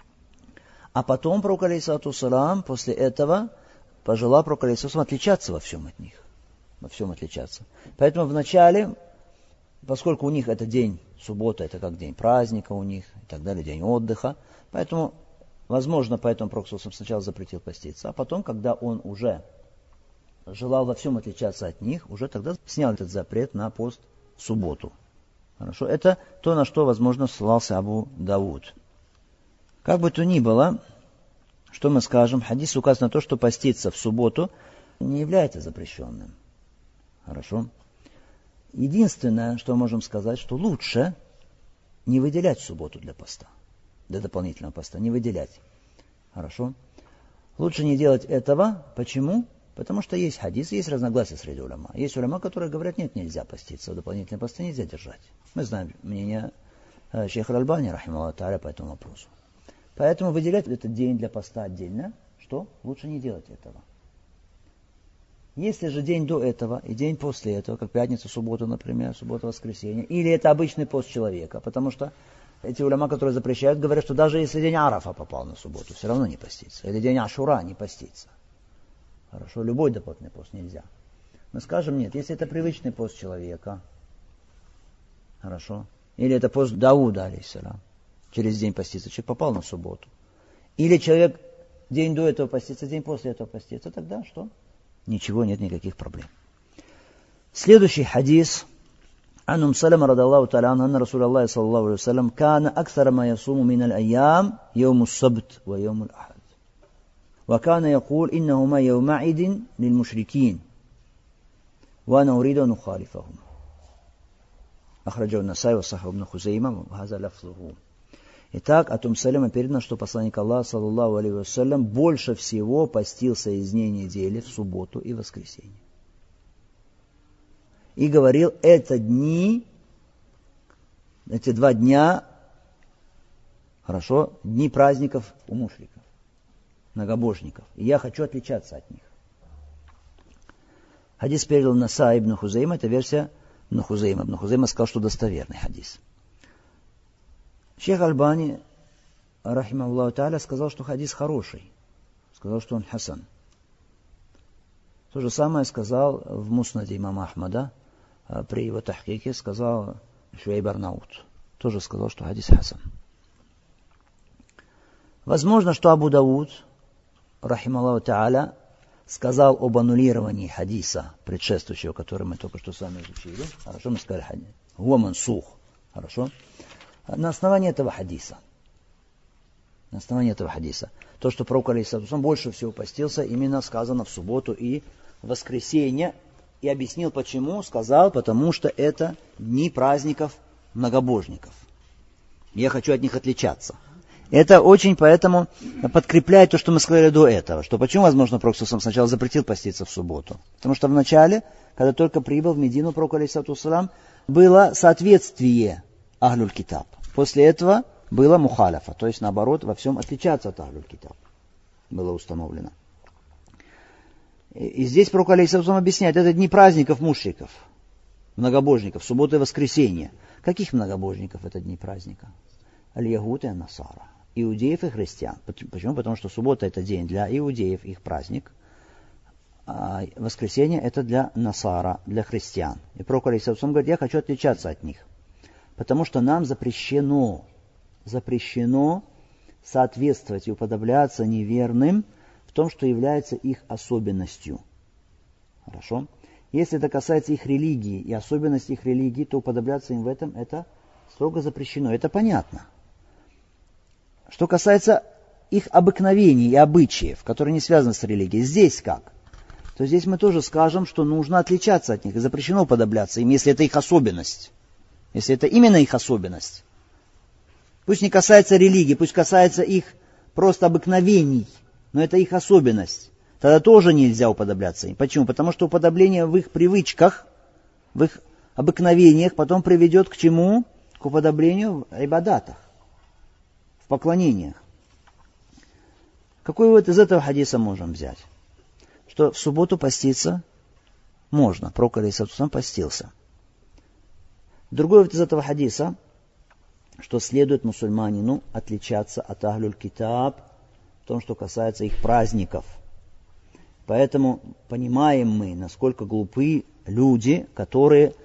А потом пророк алейхиссалату вассалям после этого пожелал пророк алейхиссалату вассалям отличаться во всем от них. Во всем отличаться. Поэтому в начале, поскольку у них это день Суббота это как день праздника у них и так далее, день отдыха. Поэтому, возможно, поэтому Пророк сначала запретил поститься, а потом, когда он уже желал во всем отличаться от них, уже тогда снял этот запрет на пост в субботу. Хорошо, это то, на что, возможно, ссылался Абу Дауд. Как бы то ни было, что мы скажем, хадис указывает на то, что поститься в субботу не является запрещенным. Хорошо. Единственное, что мы можем сказать, что лучше не выделять субботу для поста, для дополнительного поста, не выделять. Хорошо. Лучше не делать этого. Почему? Потому что есть хадис, есть разногласия среди уляма. Есть уляма, которые говорят, нет, нельзя поститься, в дополнительные посты нельзя держать. Мы знаем мнение шейха Аль-Альбани, рахималлаху тааля, по этому вопросу. Поэтому выделять этот день для поста отдельно, что лучше не делать этого. Если же день до этого и день после этого, как пятница, суббота, например, суббота-воскресенье, или это обычный пост человека, потому что эти уляма, которые запрещают, говорят, что даже если день Арафа попал на субботу, все равно не поститься. Или день Ашура не поститься. Хорошо, любой дополнительный пост нельзя. Мы скажем, нет, если это привычный пост человека, хорошо, или это пост Дауда, алейхиссалям, через день поститься, человек попал на субботу, или человек день до этого постится, день после этого постится, тогда что? Ничего, нет никаких проблем. Следующий хадис. عن سلمة رضي الله تعالى عنه أن رسول الله صلى الله عليه وسلم كان أكثر ما يصوم من الأيام يوم السبت ويوم الأحد وكان يقول إنهما يوم عيد للمشركين وأنا أريد أن أخالفهم أخرجه النسائي وصححه ابن خزيمة وهذا لفظه. Итак, от Салема передано, что посланник Аллаха, саллаллаху алейхи вассалям, больше всего постился из дней недели в субботу и воскресенье. И говорил, это дни, эти 2 дня, хорошо, дни праздников у мушриков, многобожников. И я хочу отличаться от них. Хадис передал Насаи ибн Хузейма, это версия ибн Хузейма. Ибн Хузейма сказал, что достоверный хадис. Шейх Альбани, рахимахуллаху тааля, сказал, что хадис хороший. Сказал, что он хасан. То же самое сказал в Муснаде имама Ахмада, при его тахкике сказал Шуайб Арнаут. Тоже сказал, что хадис хасан. Возможно, что Абу Дауд, рахимахуллаху тааля, сказал об аннулировании хадиса, предшествующего, который мы только что с вами изучили. Хорошо, мы сказали хадис. Хуа мансух. Хорошо. На основании этого хадиса. На основании этого хадиса. То, что пророк алейхиссалям больше всего постился, именно сказано в субботу и воскресенье. И объяснил почему. Сказал, потому что это дни праздников многобожников. Я хочу от них отличаться. Это очень поэтому подкрепляет то, что мы сказали до этого. Что почему, возможно, пророк сначала запретил поститься в субботу. Потому что вначале, когда только прибыл в Медину пророк алейхиссалям, было соответствие Ахлюль Китаб. После этого было мухаляфа, то есть наоборот во всем отличаться от Ахлюль Китаб. Было установлено. И здесь пророк алейхиссалям объясняет, это дни праздников мушриков, многобожников, суббота и воскресенье. Каких многобожников это дни праздника? Аль-Ягут и Насара. Иудеев и христиан. Почему? Потому что суббота это день для иудеев, их праздник. А воскресенье это для Насара, для христиан. И пророк алейхиссалям говорит, я хочу отличаться от них. Потому что нам запрещено соответствовать и уподобляться неверным в том, что является их особенностью. Хорошо? Если это касается их религии и особенностей их религии, то уподобляться им в этом это строго запрещено. Это понятно. Что касается их обыкновений и обычаев, которые не связаны с религией, здесь как? То здесь мы тоже скажем, что нужно отличаться от них и запрещено уподобляться им, если это их особенность. Если это именно их особенность. Пусть не касается религии, пусть касается их просто обыкновений, но это их особенность. Тогда тоже нельзя уподобляться им. Почему? Потому что уподобление в их привычках, в их обыкновениях потом приведет к чему? К уподоблению в ибадатах, в поклонениях. Какой вывод из этого хадиса можем взять? Что в субботу поститься можно. Пророк алейхиссалям постился. Другой вывод из этого хадиса, что следует мусульманину отличаться от Ахлюль Китаб в том, что касается их праздников. Поэтому понимаем мы, насколько глупы люди, которые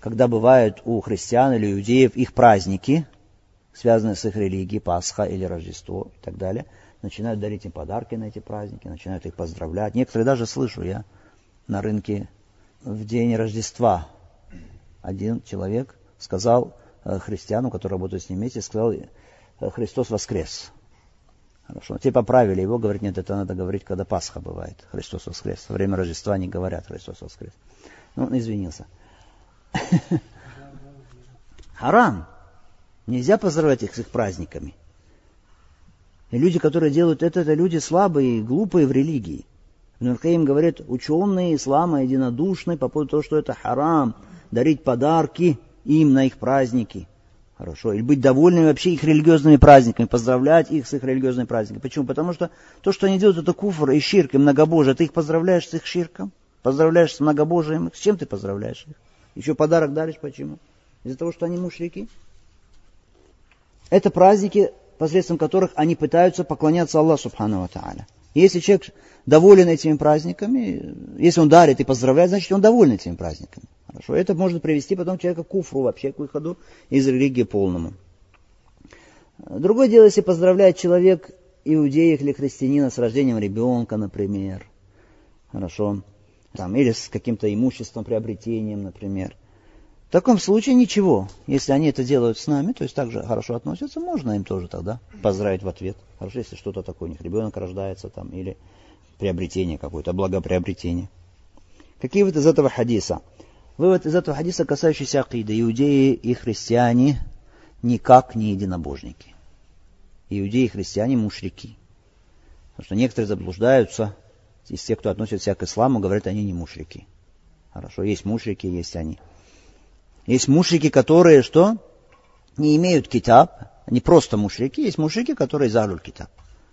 когда бывают у христиан или иудеев их праздники, связанные с их религией, Пасха или Рождество и так далее, начинают дарить им подарки на эти праздники, начинают их поздравлять. Некоторые даже слышу я на рынке в день Рождества. Один человек сказал христиану, который работает с ним вместе, сказал: «Христос воскрес». Хорошо. Те поправили его, говорят: нет, это надо говорить, когда Пасха бывает. Христос воскрес. Во время Рождества не говорят Христос воскрес. Ну, он извинился. Харам. Нельзя поздравлять их с их праздниками. И люди, которые делают это люди слабые и глупые в религии. Ибн аль-Каим говорит: ученые ислама единодушны по поводу того, что это харам, дарить подарки им на их праздники. Хорошо. Или быть довольными вообще их религиозными праздниками, поздравлять их с их религиозными праздниками. Почему? Потому что то, что они делают, это куфр и ширк, и многобожие. Ты их поздравляешь с их ширком, поздравляешь с многобожием. С чем ты поздравляешь их? Еще подарок даришь. Почему? Из-за того, что они мушрики. Это праздники, посредством которых они пытаются поклоняться Аллаху субхану ва тааля. Если человек доволен этими праздниками, если он дарит и поздравляет, значит он доволен этими праздниками. Хорошо. Это может привести потом человека к куфру, вообще к выходу из религии полному. Другое дело, если поздравляет человек иудея или христианина с рождением ребенка, например. Хорошо. Там, или с каким-то имуществом, приобретением, например. В таком случае ничего. Если они это делают с нами, то есть также хорошо относятся, можно им тоже тогда поздравить в ответ. Хорошо, если что-то такое у них, ребенок рождается там, или приобретение какое-то, благоприобретение. Какие выводы из этого хадиса? Вывод из этого хадиса, касающийся акиды. Иудеи и христиане никак не единобожники. Иудеи и христиане мушрики. Потому что некоторые заблуждаются из тех, кто относится к исламу, говорят, они не мушрики. Хорошо, есть мушрики, есть они. Есть мушрики, которые что? Не имеют китаб. Они просто мушрики. Есть мушрики, которые из алюль китаб.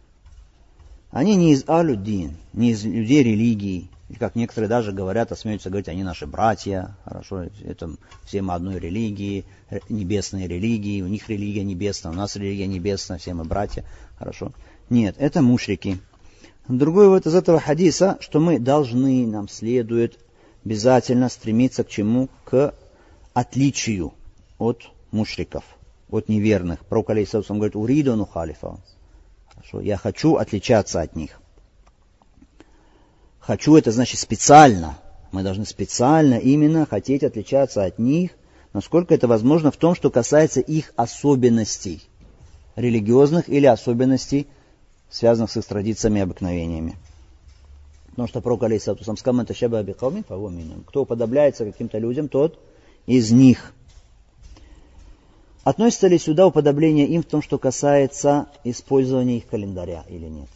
Они не из алюддин, не из людей религии. И как некоторые даже говорят, осмеются говорить, они наши братья. Хорошо, это все мы одной религии, небесной религии. У них религия небесная, у нас религия небесная, все мы братья. Хорошо. Нет, это мушрики. Другой вывод из этого хадиса, что мы должны, нам следует обязательно стремиться к чему? К отличию от мушриков, от неверных. Пророк алейхиссалям говорит: «Уриду нухалифа». Хорошо, я хочу отличаться от них. Хочу, это значит специально. Мы должны специально именно хотеть отличаться от них, насколько это возможно в том, что касается их особенностей религиозных или особенностей, связанных с их традициями и обыкновениями. Потому что пророк алейхиссалям сказал: кто уподобляется каким-то людям, тот из них. Относится ли сюда уподобление им в том, что касается использования их календаря или нет?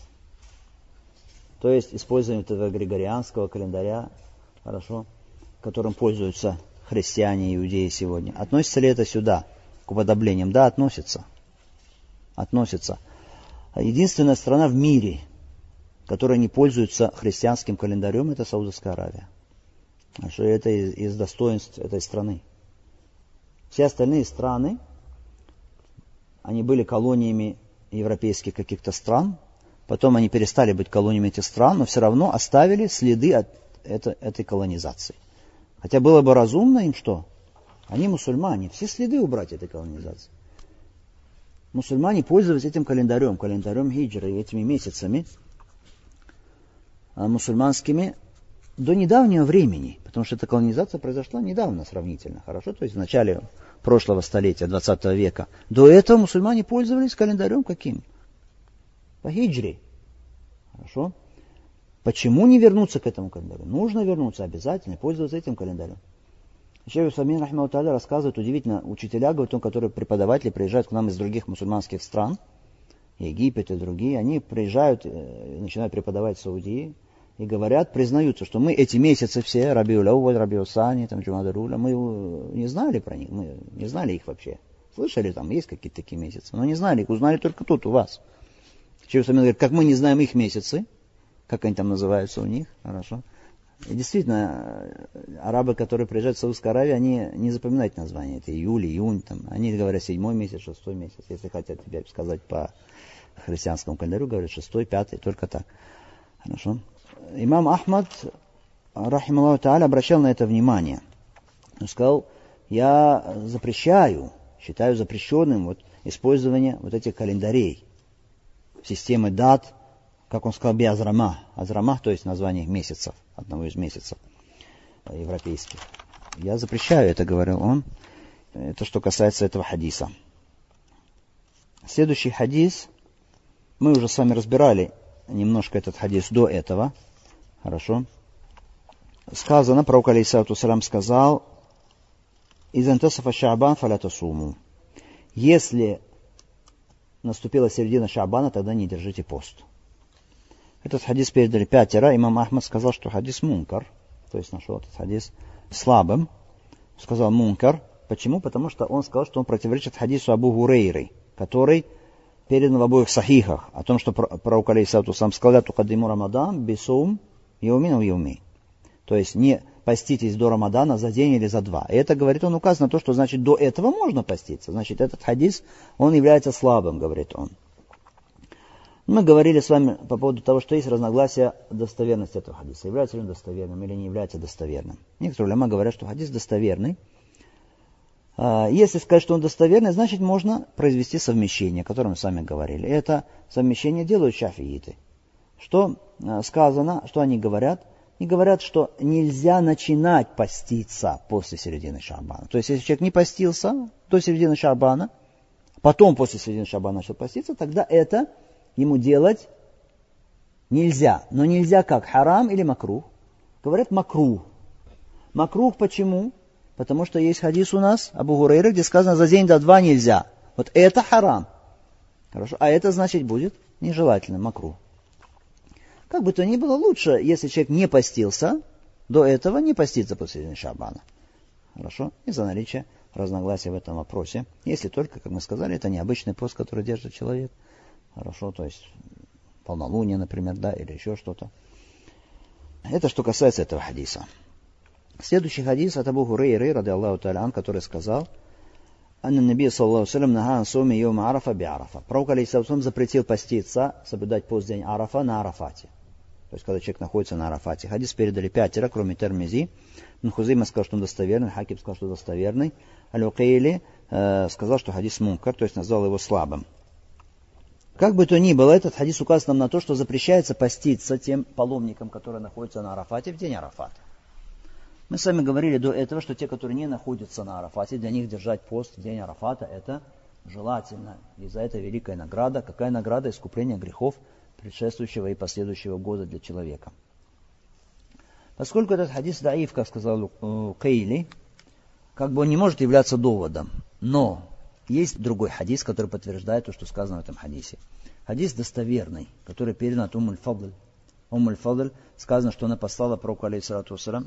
То есть использование этого григорианского календаря, хорошо, которым пользуются христиане и иудеи сегодня. Относится ли это сюда, к уподоблениям? Да, относится. Относится. Единственная страна в мире, которая не пользуется христианским календарем, это Саудовская Аравия. Что это из достоинств этой страны. Все остальные страны, они были колониями европейских каких-то стран, потом они перестали быть колониями этих стран, но все равно оставили следы от этой колонизации. Хотя было бы разумно им что? Они мусульмане, все следы убрать этой колонизации. Мусульмане пользовались этим календарем хиджры, этими месяцами мусульманскими, до недавнего времени, потому что эта колонизация произошла недавно сравнительно, хорошо, то есть в начале прошлого столетия, 20 века. До этого мусульмане пользовались календарем каким? По хиджре. Хорошо. Почему не вернуться к этому календарю? Нужно вернуться обязательно, пользоваться этим календарем. Шейх Усаймин рахимаху тааля рассказывает удивительно, учителя, говорят, которые преподаватели приезжают к нам из других мусульманских стран, Египет и другие, они приезжают, начинают преподавать в Саудии, и говорят, признаются, что мы эти месяцы все, Рабиуль Ауаль, Рабиуль Сани, Джумад аль-Уля, мы не знали про них, мы не знали их вообще. Слышали, там есть какие-то такие месяцы, но не знали их, узнали только тут у вас. Шейх Усаймин говорит, как мы не знаем их месяцы, как они там называются у них, хорошо. И действительно, арабы, которые приезжают в Саудовскую Аравию, они не запоминают названия. Это июль, июнь, там. Они говорят 7 месяц, 6 месяц. Если хотят тебе сказать по христианскому календарю, говорят 6, 5, только так. Хорошо. Имам Ахмад, рахималлаху тааля, обращал на это внимание. Он сказал, я запрещаю, считаю запрещенным вот использование вот этих календарей, системы дат, как он сказал, биазрама. Азрама, то есть название месяцев, одного из месяцев европейских. Я запрещаю это, говорил он. Это что касается этого хадиса. Следующий хадис. Мы уже с вами разбирали немножко этот хадис до этого. Хорошо. Сказано, пророк алейхиссалату вассалям сказал: «Изан тасафа ша'бан фаля тасуму». Если наступила середина Ша'бана, тогда не держите пост. Этот хадис передали 5. Имам Ахмад сказал, что хадис мункар. То есть нашел этот хадис слабым. Сказал мункар. Почему? Потому что он сказал, что он противоречит хадису Абу Гурейры, который передан в обоих сахихах, о том, что пророк алейхиссалату вассалям сказал: «Тукаддиму Рамадан бисум яумин ва яумин». То есть не поститесь до Рамадана за день или за два. И это, говорит он, указано на то, что значит до этого можно поститься. Значит, этот хадис, он является слабым, говорит он. Мы говорили с вами по поводу того, что есть разногласия достоверности этого хадиса. Является ли он достоверным или не является достоверным. Некоторые уляма говорят, что хадис достоверный. Если сказать, что он достоверный, значит можно произвести совмещение, о котором мы с вами говорили. И это совмещение делают шафииты. Что сказано, что они говорят? Они говорят, что нельзя начинать поститься после середины Ша'бана. То есть, если человек не постился до середины Ша'бана, потом после середины Ша'бана начал поститься, тогда это ему делать нельзя. Но нельзя как? Харам или макрух? Говорят макрух. Макрух почему? Потому что есть хадис у нас, Абу Гурейры, где сказано, за день до два нельзя. Вот это харам. Хорошо. А это значит будет нежелательно, макрух. Как бы то ни было, лучше, если человек не постился, до этого не поститься после середины Ша'бана. Хорошо? Из-за наличия разногласия в этом вопросе. Если только, как мы сказали, это необычный пост, который держит человек. Хорошо, то есть полнолуние, например, да, или еще что-то. Это что касается этого хадиса. Следующий хадис от Абу Гурейры, ради Аллаху та'аля, который сказал: «Анна Наби саллаллаху алейхи ва саллям наха ан суми йома арафа би арафа». Пророк алейхиссалям запретил поститься, соблюдать пост день Арафа на Арафате. То есть, когда человек находится на Арафате. Хадис передали 5, кроме Термизи. Ибн Хузейма сказал, что он достоверный, Хаким сказал, что достоверный. Аль-Укейли сказал, что хадис мункар, то есть назвал его слабым. Как бы то ни было, этот хадис указывает нам на то, что запрещается поститься тем паломникам, которые находятся на Арафате в день Арафата. Мы с вами говорили до этого, что те, которые не находятся на Арафате, для них держать пост в день Арафата, это желательно. И за это великая награда. Какая награда? Искупление грехов предшествующего и последующего года для человека. Поскольку этот хадис даиф, как сказал Кейли, как бы он не может являться доводом, но есть другой хадис, который подтверждает то, что сказано в этом хадисе. Хадис достоверный, который передан от Уммуль-Фадль. Уммуль-Фадль сказано, что она послала пророку алейхиссалату вассалям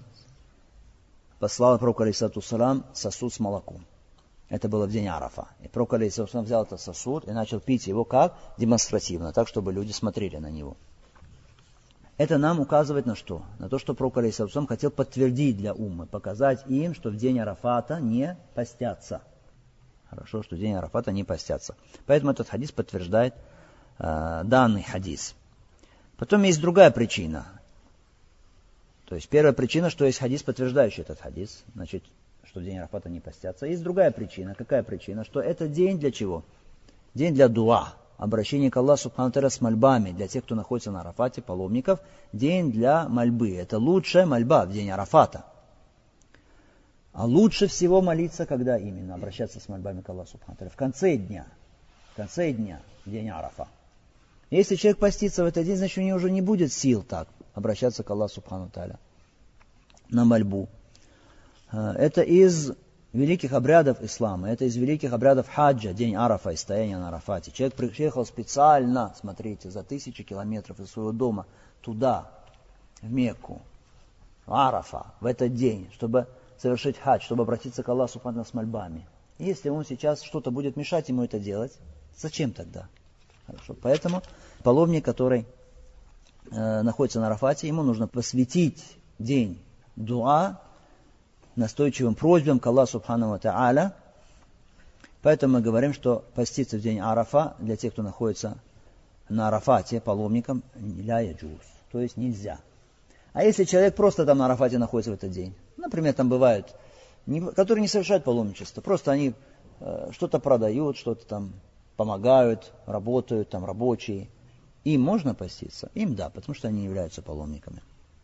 сосуд с молоком. Это было в день Арафа. И пророк алейхиссалату вассалям взял этот сосуд и начал пить его как? Демонстративно, так, чтобы люди смотрели на него. Это нам указывает на что? На то, что пророк алейхиссалату вассалям хотел подтвердить для уммы, показать им, что в день Арафата не постятся. Хорошо, что в день Арафата не постятся. Поэтому этот хадис подтверждает данный хадис. Потом есть другая причина. То есть первая причина, что есть хадис, подтверждающий этот хадис, значит, что в день Арафата не постятся. Есть другая причина. Какая причина? Что это день для чего? День для дуа, обращение к Аллаху субхану ва тааля с мольбами для тех, кто находится на Арафате, паломников. День для мольбы. Это лучшая мольба в день Арафата. А лучше всего молиться, когда именно? Обращаться с мольбами к Аллаху субхану ва тааля. В конце дня, в день Арафа. Если человек постится в этот день, значит, у него уже не будет сил так обращаться к Аллаху субхану ва тааля на мольбу. Это из великих обрядов ислама, это из великих обрядов хаджа, день Арафа и стояние на Арафате. Человек приехал специально, смотрите, за 1000 километров из своего дома туда, в Мекку, в Арафа, в этот день, чтобы совершить хадж, чтобы обратиться к Аллаху субхану ва тааля с мольбами. Если он сейчас что-то будет мешать ему это делать, зачем тогда? Хорошо. Поэтому паломник, который находится на Арафате, ему нужно посвятить день дуа, настойчивым просьбам к Аллаху субхану ва тааля. Поэтому мы говорим, что поститься в день Арафа для тех, кто находится на Арафате, паломникам, ля яджуз, то есть нельзя. А если человек просто там на Арафате находится в этот день, например, там бывают которые не совершают паломничество. Просто они что-то продают, что-то там помогают, работают, там рабочие. Им можно поститься? Им да, потому что они не являются паломниками.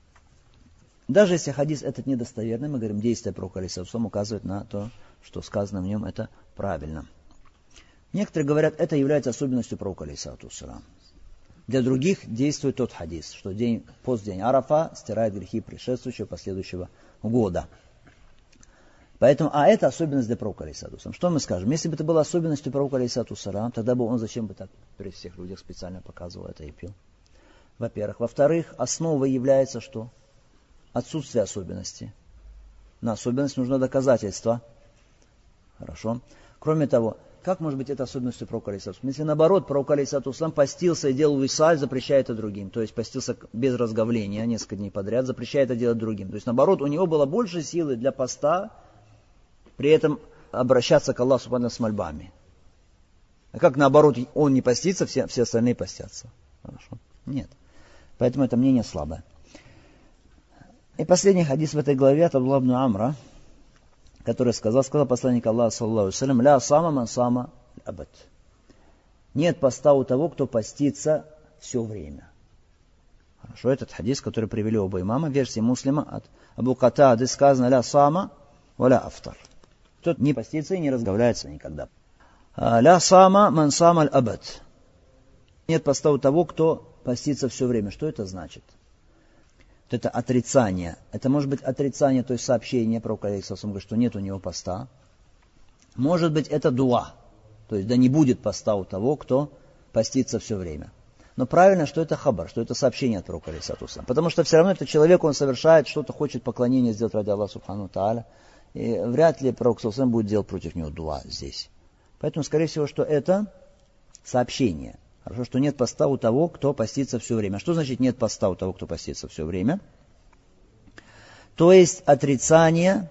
Даже если хадис этот недостоверный, мы говорим, действие пророка алейхиссалату указывает на то, что сказано в нем, это правильно. Некоторые говорят, это является особенностью пророка алейхиссалату. Для других действует тот хадис, что пост день Арафа стирает грехи предшествующего, последующего года. Поэтому, это особенность для пророка алейхиссалату. Что мы скажем? Если бы это была особенностью пророка алейхиссалату, тогда бы он зачем бы так при всех людях специально показывал это и пил? Во-первых. Во-вторых, основой является что? Отсутствие особенности. На особенность нужно доказательство. Хорошо. Кроме того, как может быть это особенностью пророка алейхиссалату? Если наоборот, пророк алейхиссалату постился и делал висаль, запрещает это другим. То есть постился без разговления несколько дней подряд, запрещает это делать другим. То есть наоборот, у него было больше силы для поста, при этом обращаться к Аллаху субхану с мольбами. А как наоборот, он не постится, все остальные постятся? Хорошо. Нет. Поэтому это мнение слабое. И последний хадис в этой главе от Абдулла ибн Амра, который сказал посланник Аллаха, саллаллаху алейхи ва саллям, «Ля сама ман сама абад». Нет поста у того, кто постится все время. Хорошо, этот хадис, который привели оба имама, версии муслима от Абу Катады, сказано «Ля сама ва ля афтар». Тот не постится и не разговляется никогда. «Ля сама ман сама абад». Нет поста у того, кто постится все время. Что это значит? Это отрицание. Это может быть отрицание, то есть сообщение пророка алейхиссалату, что нет у него поста. Может быть это дуа. То есть да не будет поста у того, кто постится все время. Но правильно, что это хабар, что это сообщение от пророка алейхиссалату. Потому что все равно этот человек, он совершает что-то, хочет поклонение сделать ради Аллаха субхану тааля. И вряд ли пророк саллаллаху алейхи ва саллям будет делать против него дуа здесь. Поэтому, скорее всего, что это сообщение. Хорошо, что нет поста у того, кто постится все время. Что значит нет поста у того, кто постится все время? То есть отрицание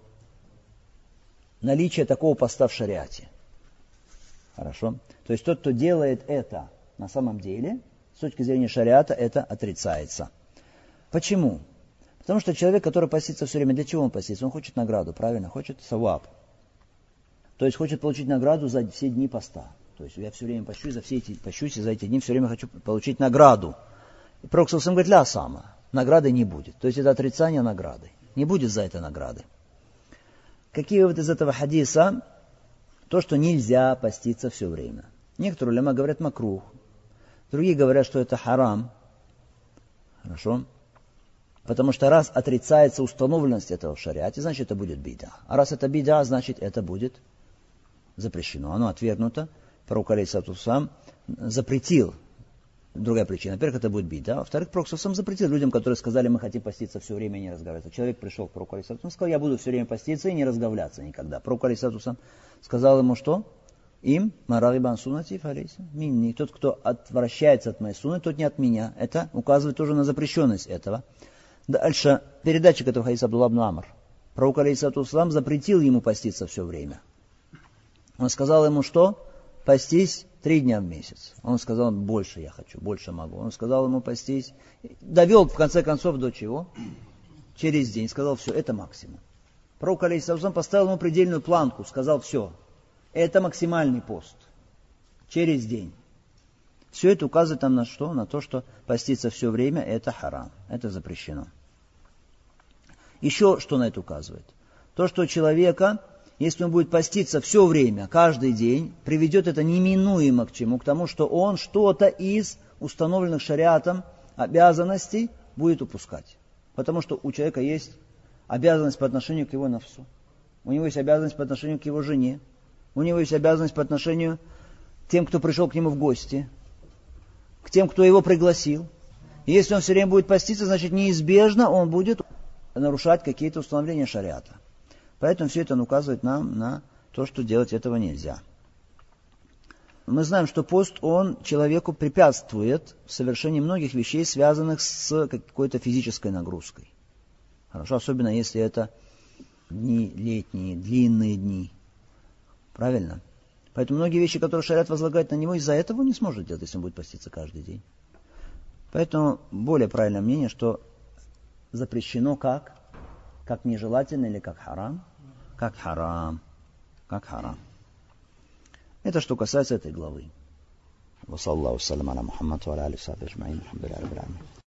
наличия такого поста в шариате. Хорошо? То есть тот, кто делает это на самом деле, с точки зрения шариата, это отрицается. Почему? Потому что человек, который постится все время, для чего он постится? Он хочет награду, правильно? Хочет саваб. То есть хочет получить награду за все дни поста. То есть я все время пощусь, за эти дни все время хочу получить награду. И пророк саллаллаху алейхи ва саллям говорит, ля сама, награды не будет. То есть это отрицание награды. Не будет за это награды. Какие выводы из этого хадиса? То, что нельзя поститься все время. Некоторые уляма говорят макрух. Другие говорят, что это харам. Хорошо? Потому что раз отрицается установленность этого в шариате, значит это будет бида. А раз это бида, значит это будет запрещено. Оно отвергнуто. Пророк алейхиссалату вассалям запретил. Другая причина. Во-первых, это будет бида. Во-вторых, пророк сам запретил людям, которые сказали, мы хотим поститься все время и не разговариваться. Человек пришел к пророку алейхиссалату, он сказал, я буду все время поститься и не разговляться никогда. Пророк алейхиссалату сказал ему, что? Им марагибан сунати фалейса минни. Тот, кто отвращается от моей сунны, тот не от меня. Это указывает тоже на запрещенность этого. Дальше, передатчик этого хадиса Абдулла ибн Амр. Пророк алейхиссалату запретил ему поститься все время. Он сказал ему, что? Постись 3 дня в месяц. Он сказал, больше я хочу, больше могу. Он сказал ему постись. Довел, в конце концов, до чего? Через день. Сказал, все, это максимум. Пророк алейхиссалату поставил ему предельную планку. Сказал, все, это максимальный пост. Через день. Все это указывает нам на что? На то, что поститься все время, это харам. Это запрещено. Еще что на это указывает? То, что человека, если он будет поститься все время, каждый день, приведет это неминуемо к чему? К тому, что он что-то из установленных шариатом обязанностей будет упускать. Потому что у человека есть обязанность по отношению к его нафсу. У него есть обязанность по отношению к его жене. У него есть обязанность по отношению к тем, кто пришел к нему в гости. К тем, кто его пригласил. И если он все время будет поститься, значит неизбежно он будет нарушать какие-то установления шариата. Поэтому все это указывает нам на то, что делать этого нельзя. Мы знаем, что пост, он человеку препятствует в совершении многих вещей, связанных с какой-то физической нагрузкой. Хорошо, особенно если это дни летние, длинные дни. Правильно? Поэтому многие вещи, которые шариат возлагает на него, из-за этого он не сможет делать, если он будет поститься каждый день. Поэтому более правильное мнение, что запрещено как нежелательно или как харам, как харам. Это что касается этой главы. Вассалаллаху салям аля Мухаммад ва аля алихи ва сахбихи аджмаин. Алхамдулиллахи раббил аламин.